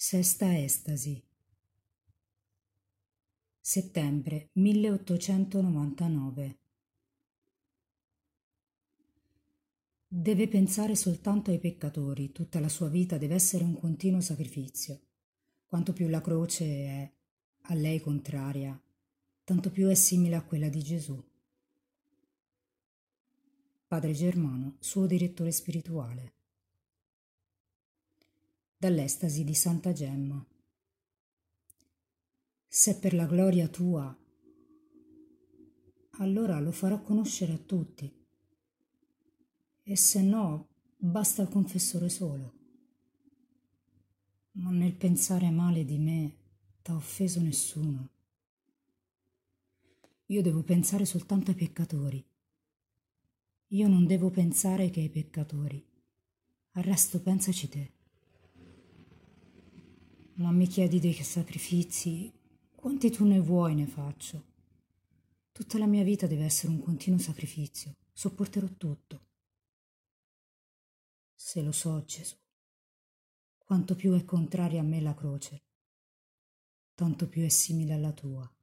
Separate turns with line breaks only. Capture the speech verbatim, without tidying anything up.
Sesta estasi. Settembre milleottocentonovantanove. Deve pensare soltanto ai peccatori, tutta la sua vita deve essere un continuo sacrificio. Quanto più la croce è a lei contraria, tanto più è simile a quella di Gesù. Padre Germano, suo direttore spirituale. Dall'estasi di Santa Gemma. Se per la gloria tua, allora lo farò conoscere a tutti. E se no, basta il confessore solo. Ma nel pensare male di me t'ha offeso nessuno. Io devo pensare soltanto ai peccatori. Io non devo pensare che ai peccatori. Al resto pensaci te. Ma mi chiedi dei sacrifici, quanti tu ne vuoi ne faccio. Tutta la mia vita deve essere un continuo sacrificio. Sopporterò tutto. Se lo so, Gesù, quanto più è contraria a me la croce, tanto più è simile alla tua.